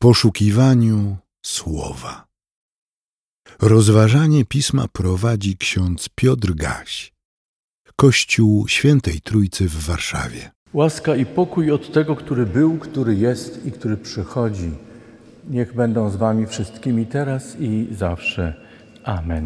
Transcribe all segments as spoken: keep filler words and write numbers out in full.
poszukiwaniu słowa. Rozważanie Pisma prowadzi ksiądz Piotr Gaś, Kościół Świętej Trójcy w Warszawie. Łaska i pokój od tego, który był, który jest i który przychodzi. Niech będą z wami wszystkimi teraz i zawsze. Amen.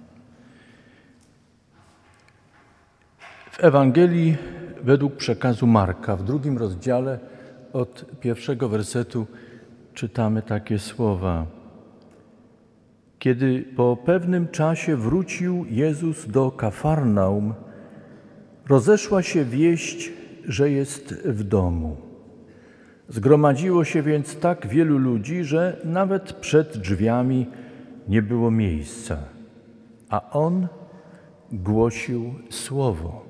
W Ewangelii według przekazu Marka w drugim rozdziale od pierwszego wersetu czytamy takie słowa. Kiedy po pewnym czasie wrócił Jezus do Kafarnaum, rozeszła się wieść, że jest w domu. Zgromadziło się więc tak wielu ludzi, że nawet przed drzwiami nie było miejsca, a On głosił słowo.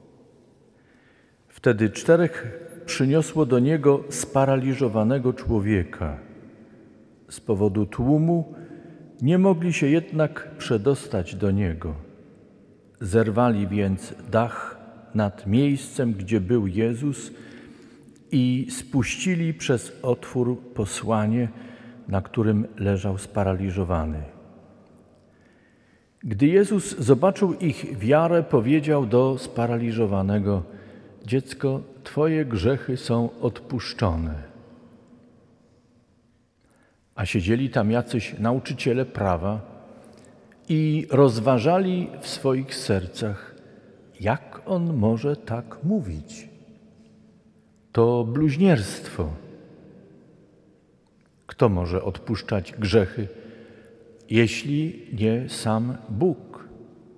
Wtedy czterech przyniosło do Niego sparaliżowanego człowieka. Z powodu tłumu nie mogli się jednak przedostać do Niego. Zerwali więc dach nad miejscem, gdzie był Jezus i spuścili przez otwór posłanie, na którym leżał sparaliżowany. Gdy Jezus zobaczył ich wiarę, powiedział do sparaliżowanego: dziecko, twoje grzechy są odpuszczone. A siedzieli tam jacyś nauczyciele prawa i rozważali w swoich sercach, jak on może tak mówić. To bluźnierstwo. Kto może odpuszczać grzechy, jeśli nie sam Bóg?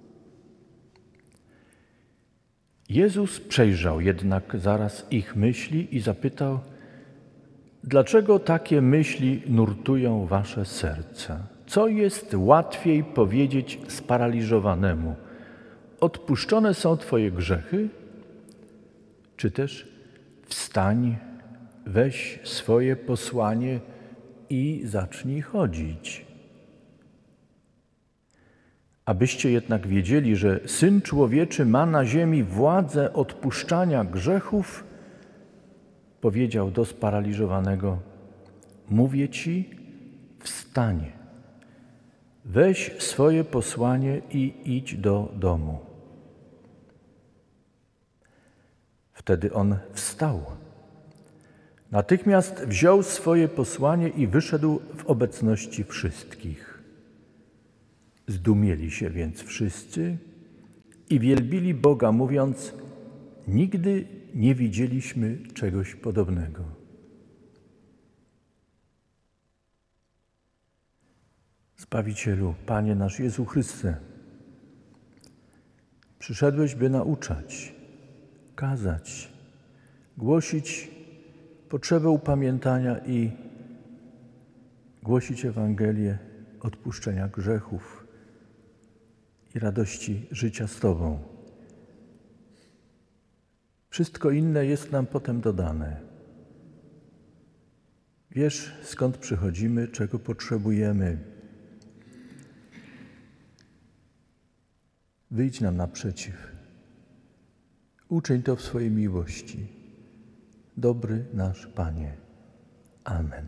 Jezus przejrzał jednak zaraz ich myśli i zapytał: dlaczego takie myśli nurtują wasze serca? Co jest łatwiej powiedzieć sparaliżowanemu: odpuszczone są twoje grzechy? Czy też wstań, weź swoje posłanie i zacznij chodzić? Abyście jednak wiedzieli, że Syn Człowieczy ma na ziemi władzę odpuszczania grzechów, powiedział do sparaliżowanego: mówię ci, wstań, weź swoje posłanie i idź do domu. Wtedy on wstał. Natychmiast wziął swoje posłanie i wyszedł w obecności wszystkich. Zdumieli się więc wszyscy i wielbili Boga, mówiąc: nigdy nie widzieliśmy czegoś podobnego. Zbawicielu, Panie nasz Jezu Chryste, przyszedłeś, by nauczać, kazać, głosić potrzebę upamiętania i głosić Ewangelię odpuszczenia grzechów i radości życia z Tobą. Wszystko inne jest nam potem dodane. Wiesz, skąd przychodzimy, czego potrzebujemy. Wyjdź nam naprzeciw. Uczyń to w swojej miłości. Dobry nasz Panie. Amen.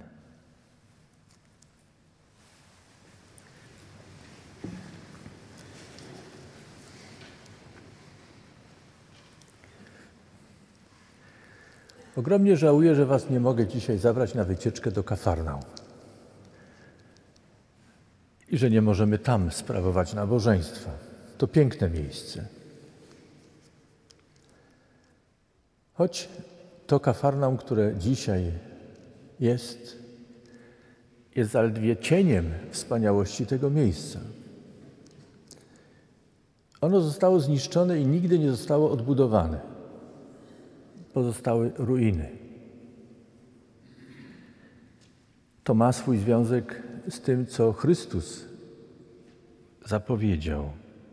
Ogromnie żałuję, że was nie mogę dzisiaj zabrać na wycieczkę do Kafarnaum i że nie możemy tam sprawować nabożeństwa. To piękne miejsce. Choć to Kafarnaum, które dzisiaj jest, jest zaledwie cieniem wspaniałości tego miejsca. Ono zostało zniszczone i nigdy nie zostało odbudowane. Pozostały ruiny. To ma swój związek z tym, co Chrystus zapowiedział.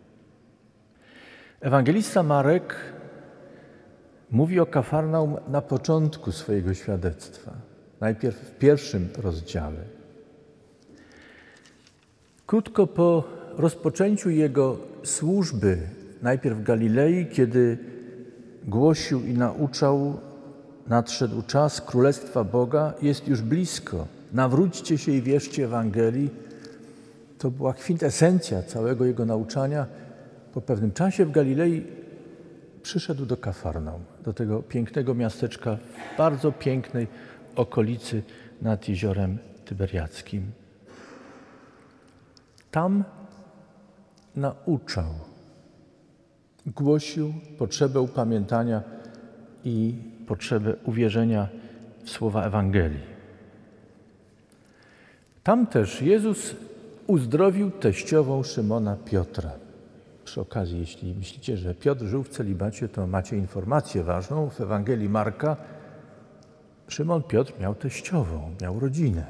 Ewangelista Marek mówi o Kafarnaum na początku swojego świadectwa, najpierw w pierwszym rozdziale. Krótko po rozpoczęciu jego służby, najpierw w Galilei, kiedy głosił i nauczał, nadszedł czas Królestwa Boga, jest już blisko. nawróćcie się i wierzcie Ewangelii, to była kwintesencja całego jego nauczania. Po pewnym czasie w Galilei przyszedł do Kafarnaum, do tego pięknego miasteczka w bardzo pięknej okolicy nad jeziorem Tyberiackim. Tam nauczał, głosił potrzebę upamiętania i potrzebę uwierzenia w słowa Ewangelii. Tam też Jezus uzdrowił teściową Szymona Piotra. Przy okazji, jeśli myślicie, że Piotr żył w celibacie, to macie informację ważną. W Ewangelii Marka Szymon Piotr miał teściową, miał rodzinę.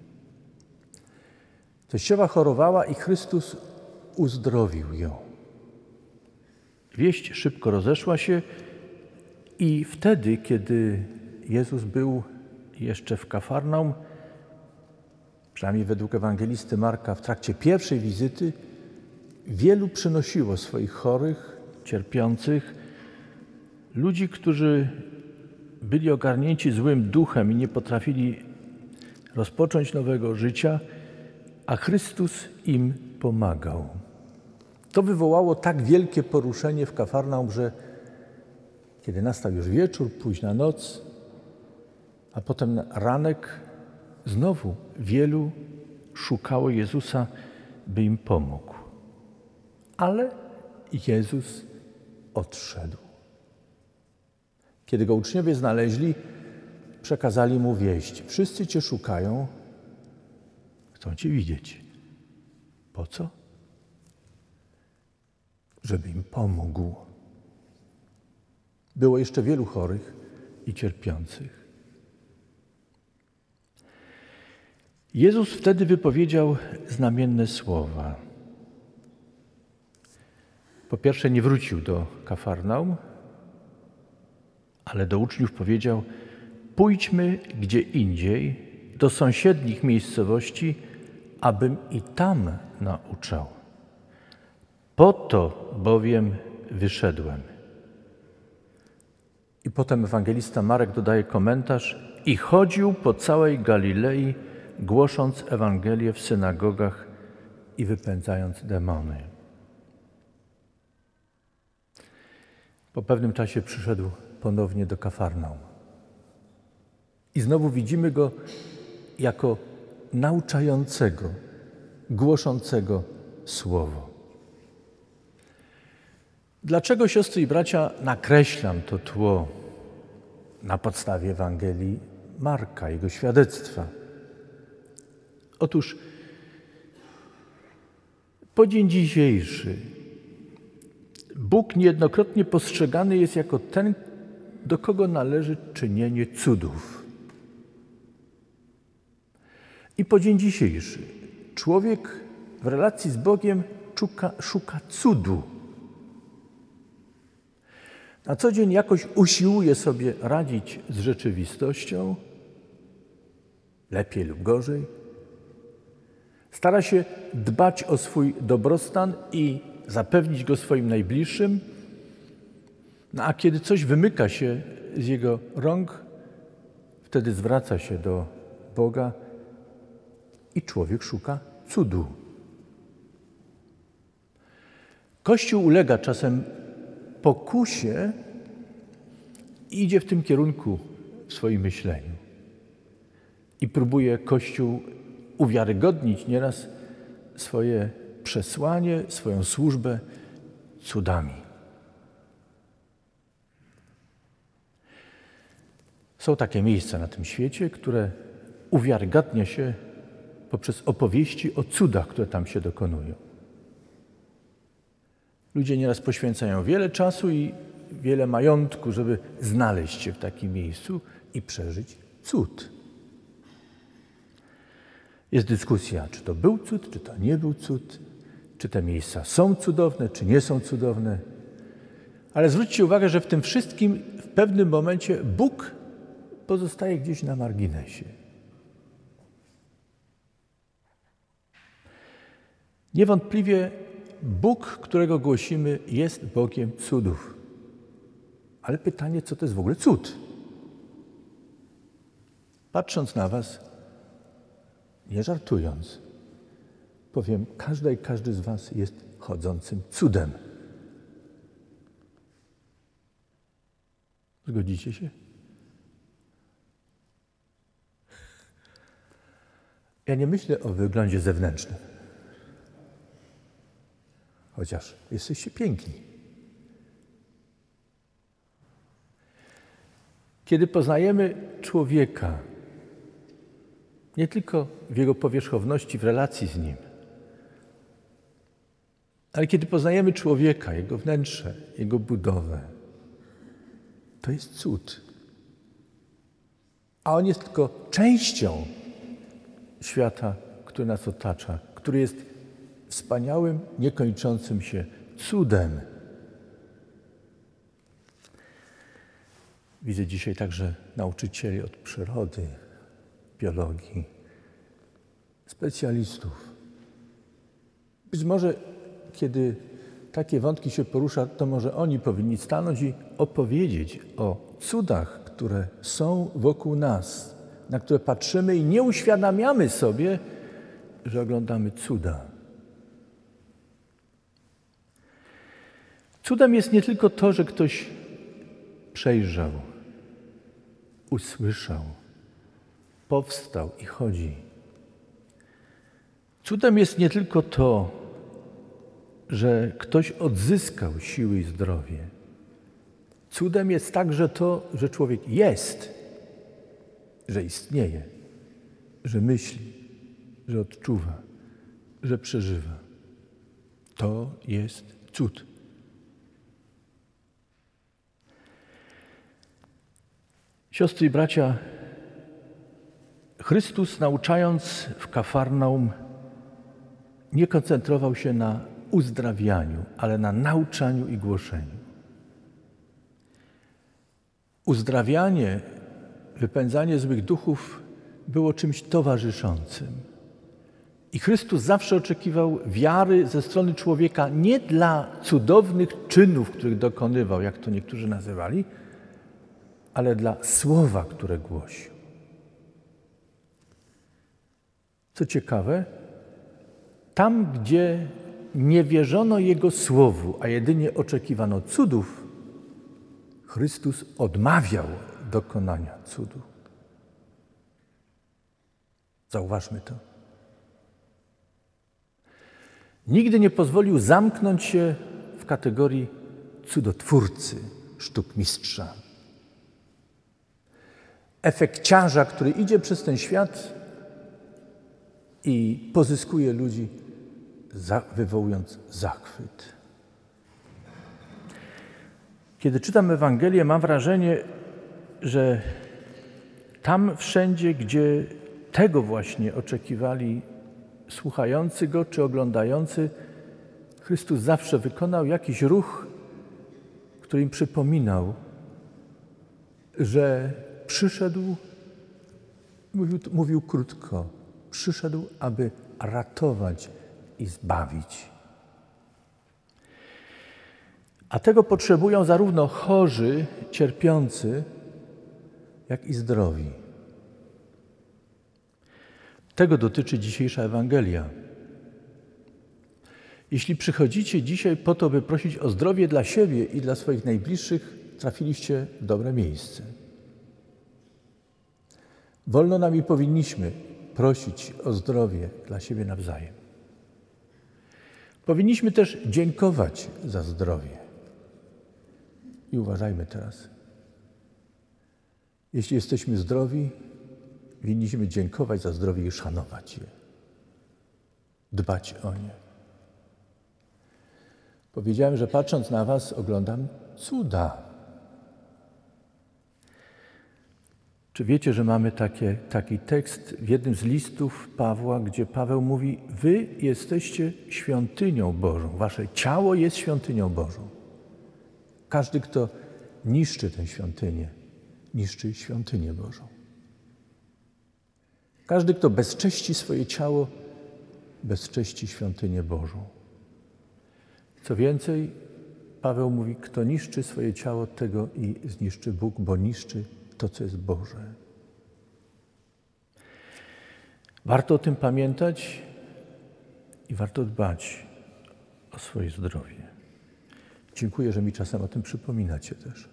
Teściowa chorowała i Chrystus uzdrowił ją. Wieść szybko rozeszła się i wtedy, kiedy Jezus był jeszcze w Kafarnaum, przynajmniej według ewangelisty Marka, w trakcie pierwszej wizyty, wielu przynosiło swoich chorych, cierpiących, ludzi, którzy byli ogarnięci złym duchem i nie potrafili rozpocząć nowego życia, a Chrystus im pomagał. To wywołało tak wielkie poruszenie w Kafarnaum, że kiedy nastał już wieczór, późna noc, a potem ranek, znowu wielu szukało Jezusa, by im pomógł. Ale Jezus odszedł. Kiedy go uczniowie znaleźli, przekazali mu wieść. Wszyscy cię szukają, chcą cię widzieć. Po co? Żeby im pomógł. Było jeszcze wielu chorych i cierpiących. Jezus wtedy wypowiedział znamienne słowa. Po pierwsze, nie wrócił do Kafarnaum, ale do uczniów powiedział: pójdźmy gdzie indziej, do sąsiednich miejscowości, abym i tam nauczał. Po to bowiem wyszedłem. I potem ewangelista Marek dodaje komentarz: i chodził po całej Galilei, głosząc Ewangelię w synagogach i wypędzając demony. Po pewnym czasie przyszedł ponownie do Kafarnaum. I znowu widzimy go jako nauczającego, głoszącego słowo. Dlaczego, siostry i bracia, nakreślam to tło na podstawie Ewangelii Marka, jego świadectwa? Otóż po dzień dzisiejszy Bóg niejednokrotnie postrzegany jest jako ten, do kogo należy czynienie cudów. I po dzień dzisiejszy człowiek w relacji z Bogiem szuka, szuka cudu. Na co dzień jakoś usiłuje sobie radzić z rzeczywistością, lepiej lub gorzej. Stara się dbać o swój dobrostan i zapewnić go swoim najbliższym, no a kiedy coś wymyka się z jego rąk, wtedy zwraca się do Boga i człowiek szuka cudu. Kościół ulega czasem pokusie i idzie w tym kierunku w swoim myśleniu. I próbuje Kościół uwiarygodnić nieraz swoje przesłanie, swoją służbę cudami. Są takie miejsca na tym świecie, które uwiarygadnia się poprzez opowieści o cudach, które tam się dokonują. Ludzie nieraz poświęcają wiele czasu i wiele majątku, żeby znaleźć się w takim miejscu i przeżyć cud. Jest dyskusja, czy to był cud, czy to nie był cud, czy te miejsca są cudowne, czy nie są cudowne. Ale zwróćcie uwagę, że w tym wszystkim w pewnym momencie Bóg pozostaje gdzieś na marginesie. Niewątpliwie Bóg, którego głosimy, jest Bogiem cudów. Ale pytanie, co to jest w ogóle cud? Patrząc na was, nie żartując, powiem, każda i każdy z was jest chodzącym cudem. Zgodzicie się? Ja nie myślę o wyglądzie zewnętrznym. Chociaż jesteście piękni. Kiedy poznajemy człowieka, nie tylko w jego powierzchowności, w relacji z nim, ale kiedy poznajemy człowieka, jego wnętrze, jego budowę, to jest cud. A on jest tylko częścią świata, który nas otacza, który jest wspaniałym, niekończącym się cudem. Widzę dzisiaj także nauczycieli od przyrody, biologii, specjalistów. Być może, kiedy takie wątki się porusza, to może oni powinni stanąć i opowiedzieć o cudach, które są wokół nas, na które patrzymy i nie uświadamiamy sobie, że oglądamy cuda. Cudem jest nie tylko to, że ktoś przejrzał, usłyszał, powstał i chodzi. Cudem jest nie tylko to, że ktoś odzyskał siły i zdrowie. Cudem jest także to, że człowiek jest, że istnieje, że myśli, że odczuwa, że przeżywa. To jest cud. Siostry i bracia, Chrystus, nauczając w Kafarnaum, nie koncentrował się na uzdrawianiu, ale na nauczaniu i głoszeniu. Uzdrawianie, wypędzanie złych duchów było czymś towarzyszącym. I Chrystus zawsze oczekiwał wiary ze strony człowieka nie dla cudownych czynów, których dokonywał, jak to niektórzy nazywali, ale dla słowa, które głosił. Co ciekawe, tam, gdzie nie wierzono Jego słowu, a jedynie oczekiwano cudów, Chrystus odmawiał dokonania cudu. Zauważmy to. Nigdy nie pozwolił zamknąć się w kategorii cudotwórcy, sztukmistrza, efekciarza, który idzie przez ten świat i pozyskuje ludzi, wywołując zachwyt. Kiedy czytam Ewangelię, mam wrażenie, że tam wszędzie, gdzie tego właśnie oczekiwali słuchający Go czy oglądający, Chrystus zawsze wykonał jakiś ruch, który im przypominał, że przyszedł, mówił, mówił krótko, przyszedł, aby ratować i zbawić. A tego potrzebują zarówno chorzy, cierpiący, jak i zdrowi. Tego dotyczy dzisiejsza Ewangelia. Jeśli przychodzicie dzisiaj po to, by prosić o zdrowie dla siebie i dla swoich najbliższych, trafiliście w dobre miejsce. Wolno nam i powinniśmy prosić o zdrowie dla siebie nawzajem. Powinniśmy też dziękować za zdrowie. I uważajmy teraz. Jeśli jesteśmy zdrowi, winniśmy dziękować za zdrowie i szanować je. Dbać o nie. Powiedziałem, że patrząc na was, oglądam cuda. Czy wiecie, że mamy takie, taki tekst w jednym z listów Pawła, gdzie Paweł mówi: wy jesteście świątynią Bożą, wasze ciało jest świątynią Bożą. Każdy, kto niszczy tę świątynię, niszczy świątynię Bożą. Każdy, kto bezcześci swoje ciało, bezcześci świątynię Bożą. Co więcej, Paweł mówi, kto niszczy swoje ciało, tego i zniszczy Bóg, bo niszczy to, co jest Boże. Warto o tym pamiętać i warto dbać o swoje zdrowie. Dziękuję, że mi czasem o tym przypominacie też.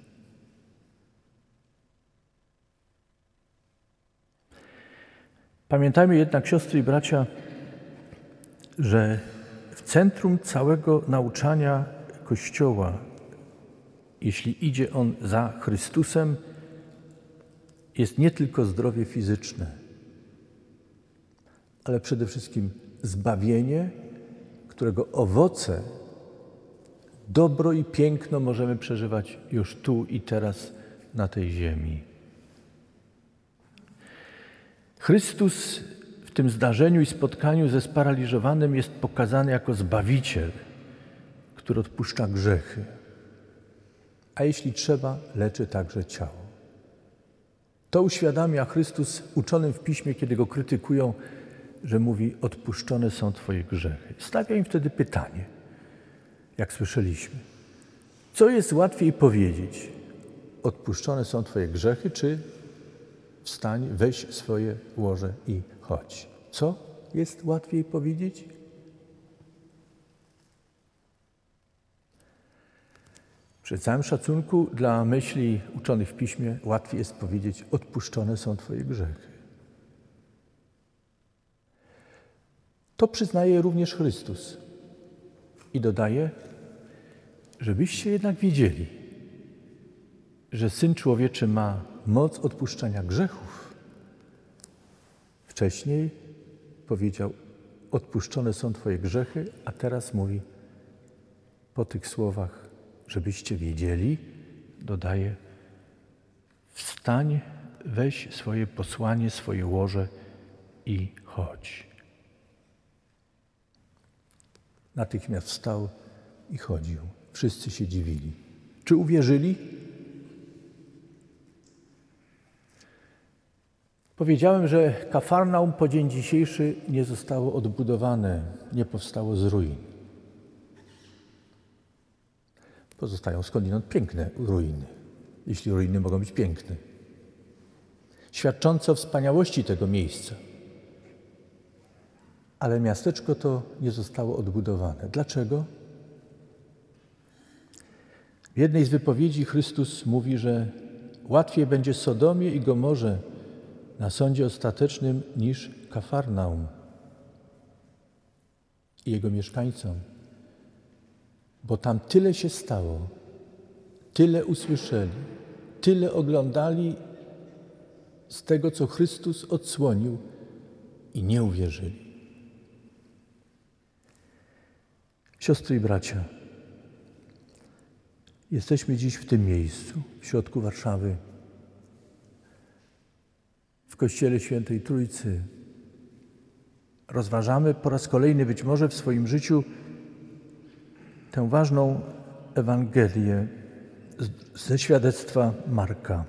Pamiętajmy jednak, siostry i bracia, że w centrum całego nauczania Kościoła, jeśli idzie on za Chrystusem, jest nie tylko zdrowie fizyczne, ale przede wszystkim zbawienie, którego owoce, dobro i piękno możemy przeżywać już tu i teraz na tej ziemi. Chrystus w tym zdarzeniu i spotkaniu ze sparaliżowanym jest pokazany jako Zbawiciel, który odpuszcza grzechy, a jeśli trzeba, leczy także ciało. To uświadamia Chrystus uczonym w Piśmie, kiedy Go krytykują, że mówi: odpuszczone są Twoje grzechy. Stawia im wtedy pytanie, jak słyszeliśmy. Co jest łatwiej powiedzieć? Odpuszczone są Twoje grzechy, czy wstań, weź swoje łoże i chodź? Co jest łatwiej powiedzieć? Przy całym szacunku dla myśli uczonych w Piśmie łatwiej jest powiedzieć: odpuszczone są Twoje grzechy. To przyznaje również Chrystus i dodaje, żebyście jednak wiedzieli, że Syn Człowieczy ma moc odpuszczania grzechów. Wcześniej powiedział: odpuszczone są Twoje grzechy, a teraz mówi po tych słowach: żebyście wiedzieli, dodaje: wstań, weź swoje posłanie, swoje łoże i chodź. Natychmiast wstał i chodził. Wszyscy się dziwili. Czy uwierzyli? Powiedziałem, że Kafarnaum po dzień dzisiejszy nie zostało odbudowane, nie powstało z ruin. Pozostają skądinąd piękne ruiny, jeśli ruiny mogą być piękne, świadczące o wspaniałości tego miejsca. Ale miasteczko to nie zostało odbudowane. Dlaczego? W jednej z wypowiedzi Chrystus mówi, że łatwiej będzie Sodomie i Gomorze na sądzie ostatecznym niż Kafarnaum i jego mieszkańcom. Bo tam tyle się stało, tyle usłyszeli, tyle oglądali z tego, co Chrystus odsłonił, i nie uwierzyli. Siostry i bracia, jesteśmy dziś w tym miejscu, w środku Warszawy, w Kościele Świętej Trójcy. Rozważamy po raz kolejny być może w swoim życiu tę ważną Ewangelię ze świadectwa Marka.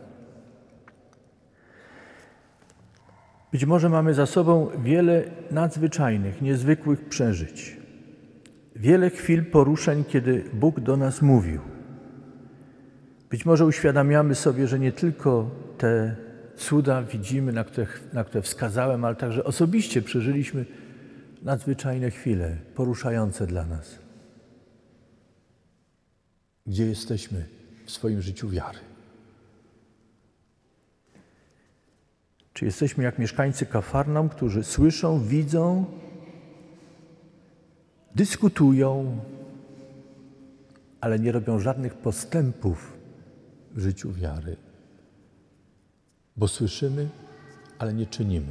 Być może mamy za sobą wiele nadzwyczajnych, niezwykłych przeżyć. Wiele chwil poruszeń, kiedy Bóg do nas mówił. Być może uświadamiamy sobie, że nie tylko te cuda widzimy, na które, na które wskazałem, ale także osobiście przeżyliśmy nadzwyczajne chwile, poruszające dla nas. Gdzie jesteśmy w swoim życiu wiary? Czy jesteśmy jak mieszkańcy Kafarnaum, którzy słyszą, widzą, dyskutują, ale nie robią żadnych postępów w życiu wiary? Bo słyszymy, ale nie czynimy.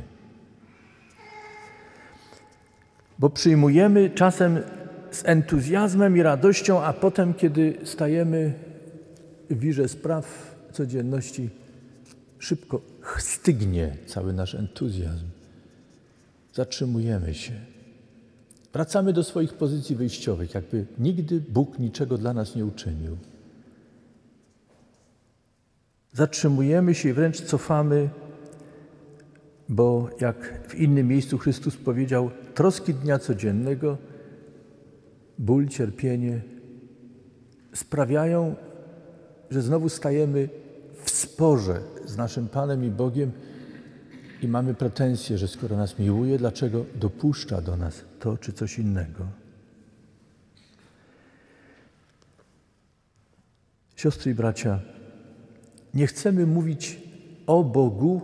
Bo przyjmujemy czasem z entuzjazmem i radością, a potem, kiedy stajemy w wirze spraw codzienności, szybko stygnie cały nasz entuzjazm. Zatrzymujemy się. Wracamy do swoich pozycji wyjściowych, jakby nigdy Bóg niczego dla nas nie uczynił. Zatrzymujemy się i wręcz cofamy, bo jak w innym miejscu Chrystus powiedział, troski dnia codziennego, ból, cierpienie sprawiają, że znowu stajemy w sporze z naszym Panem i Bogiem i mamy pretensje, że skoro nas miłuje, dlaczego dopuszcza do nas to czy coś innego. Siostry i bracia, nie chcemy mówić o Bogu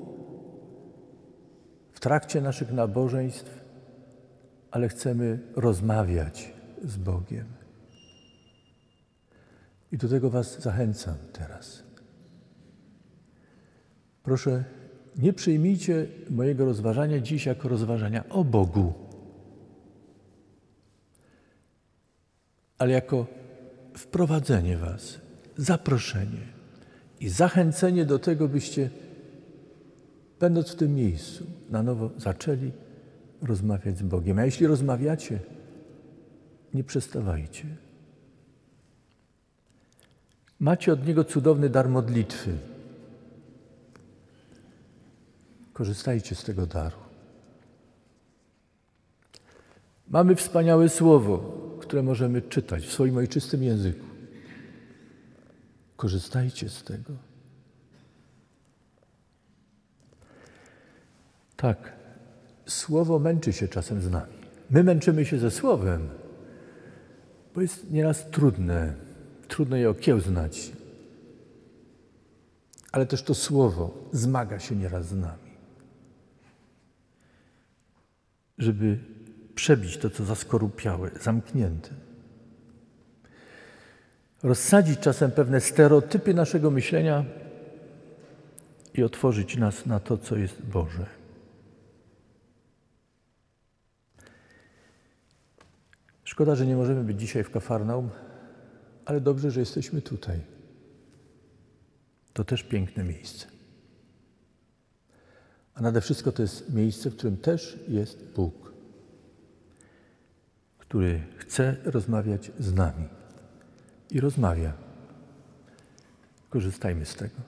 w trakcie naszych nabożeństw, ale chcemy rozmawiać z Bogiem. I do tego was zachęcam teraz. Proszę, nie przyjmijcie mojego rozważania dziś jako rozważania o Bogu, ale jako wprowadzenie was, zaproszenie i zachęcenie do tego, byście, będąc w tym miejscu, na nowo zaczęli rozmawiać z Bogiem. A jeśli rozmawiacie, nie przestawajcie. Macie od Niego cudowny dar modlitwy. Korzystajcie z tego daru. Mamy wspaniałe słowo, które możemy czytać w swoim ojczystym języku. Korzystajcie z tego. Tak, słowo męczy się czasem z nami. My męczymy się ze słowem, bo jest nieraz trudne, trudno je okiełznać. Ale też to słowo zmaga się nieraz z nami. Żeby przebić to, co zaskorupiałe, zamknięte. Rozsadzić czasem pewne stereotypy naszego myślenia i otworzyć nas na to, co jest Boże. Szkoda, że nie możemy być dzisiaj w Kafarnaum, ale dobrze, że jesteśmy tutaj. To też piękne miejsce. A nade wszystko to jest miejsce, w którym też jest Bóg, który chce rozmawiać z nami i rozmawia. Korzystajmy z tego.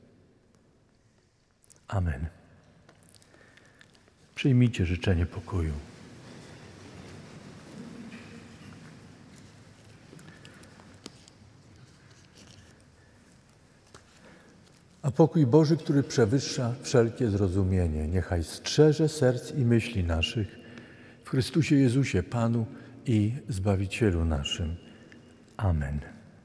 Amen. Przyjmijcie życzenie pokoju. A pokój Boży, który przewyższa wszelkie zrozumienie, niechaj strzeże serc i myśli naszych w Chrystusie Jezusie, Panu i Zbawicielu naszym. Amen.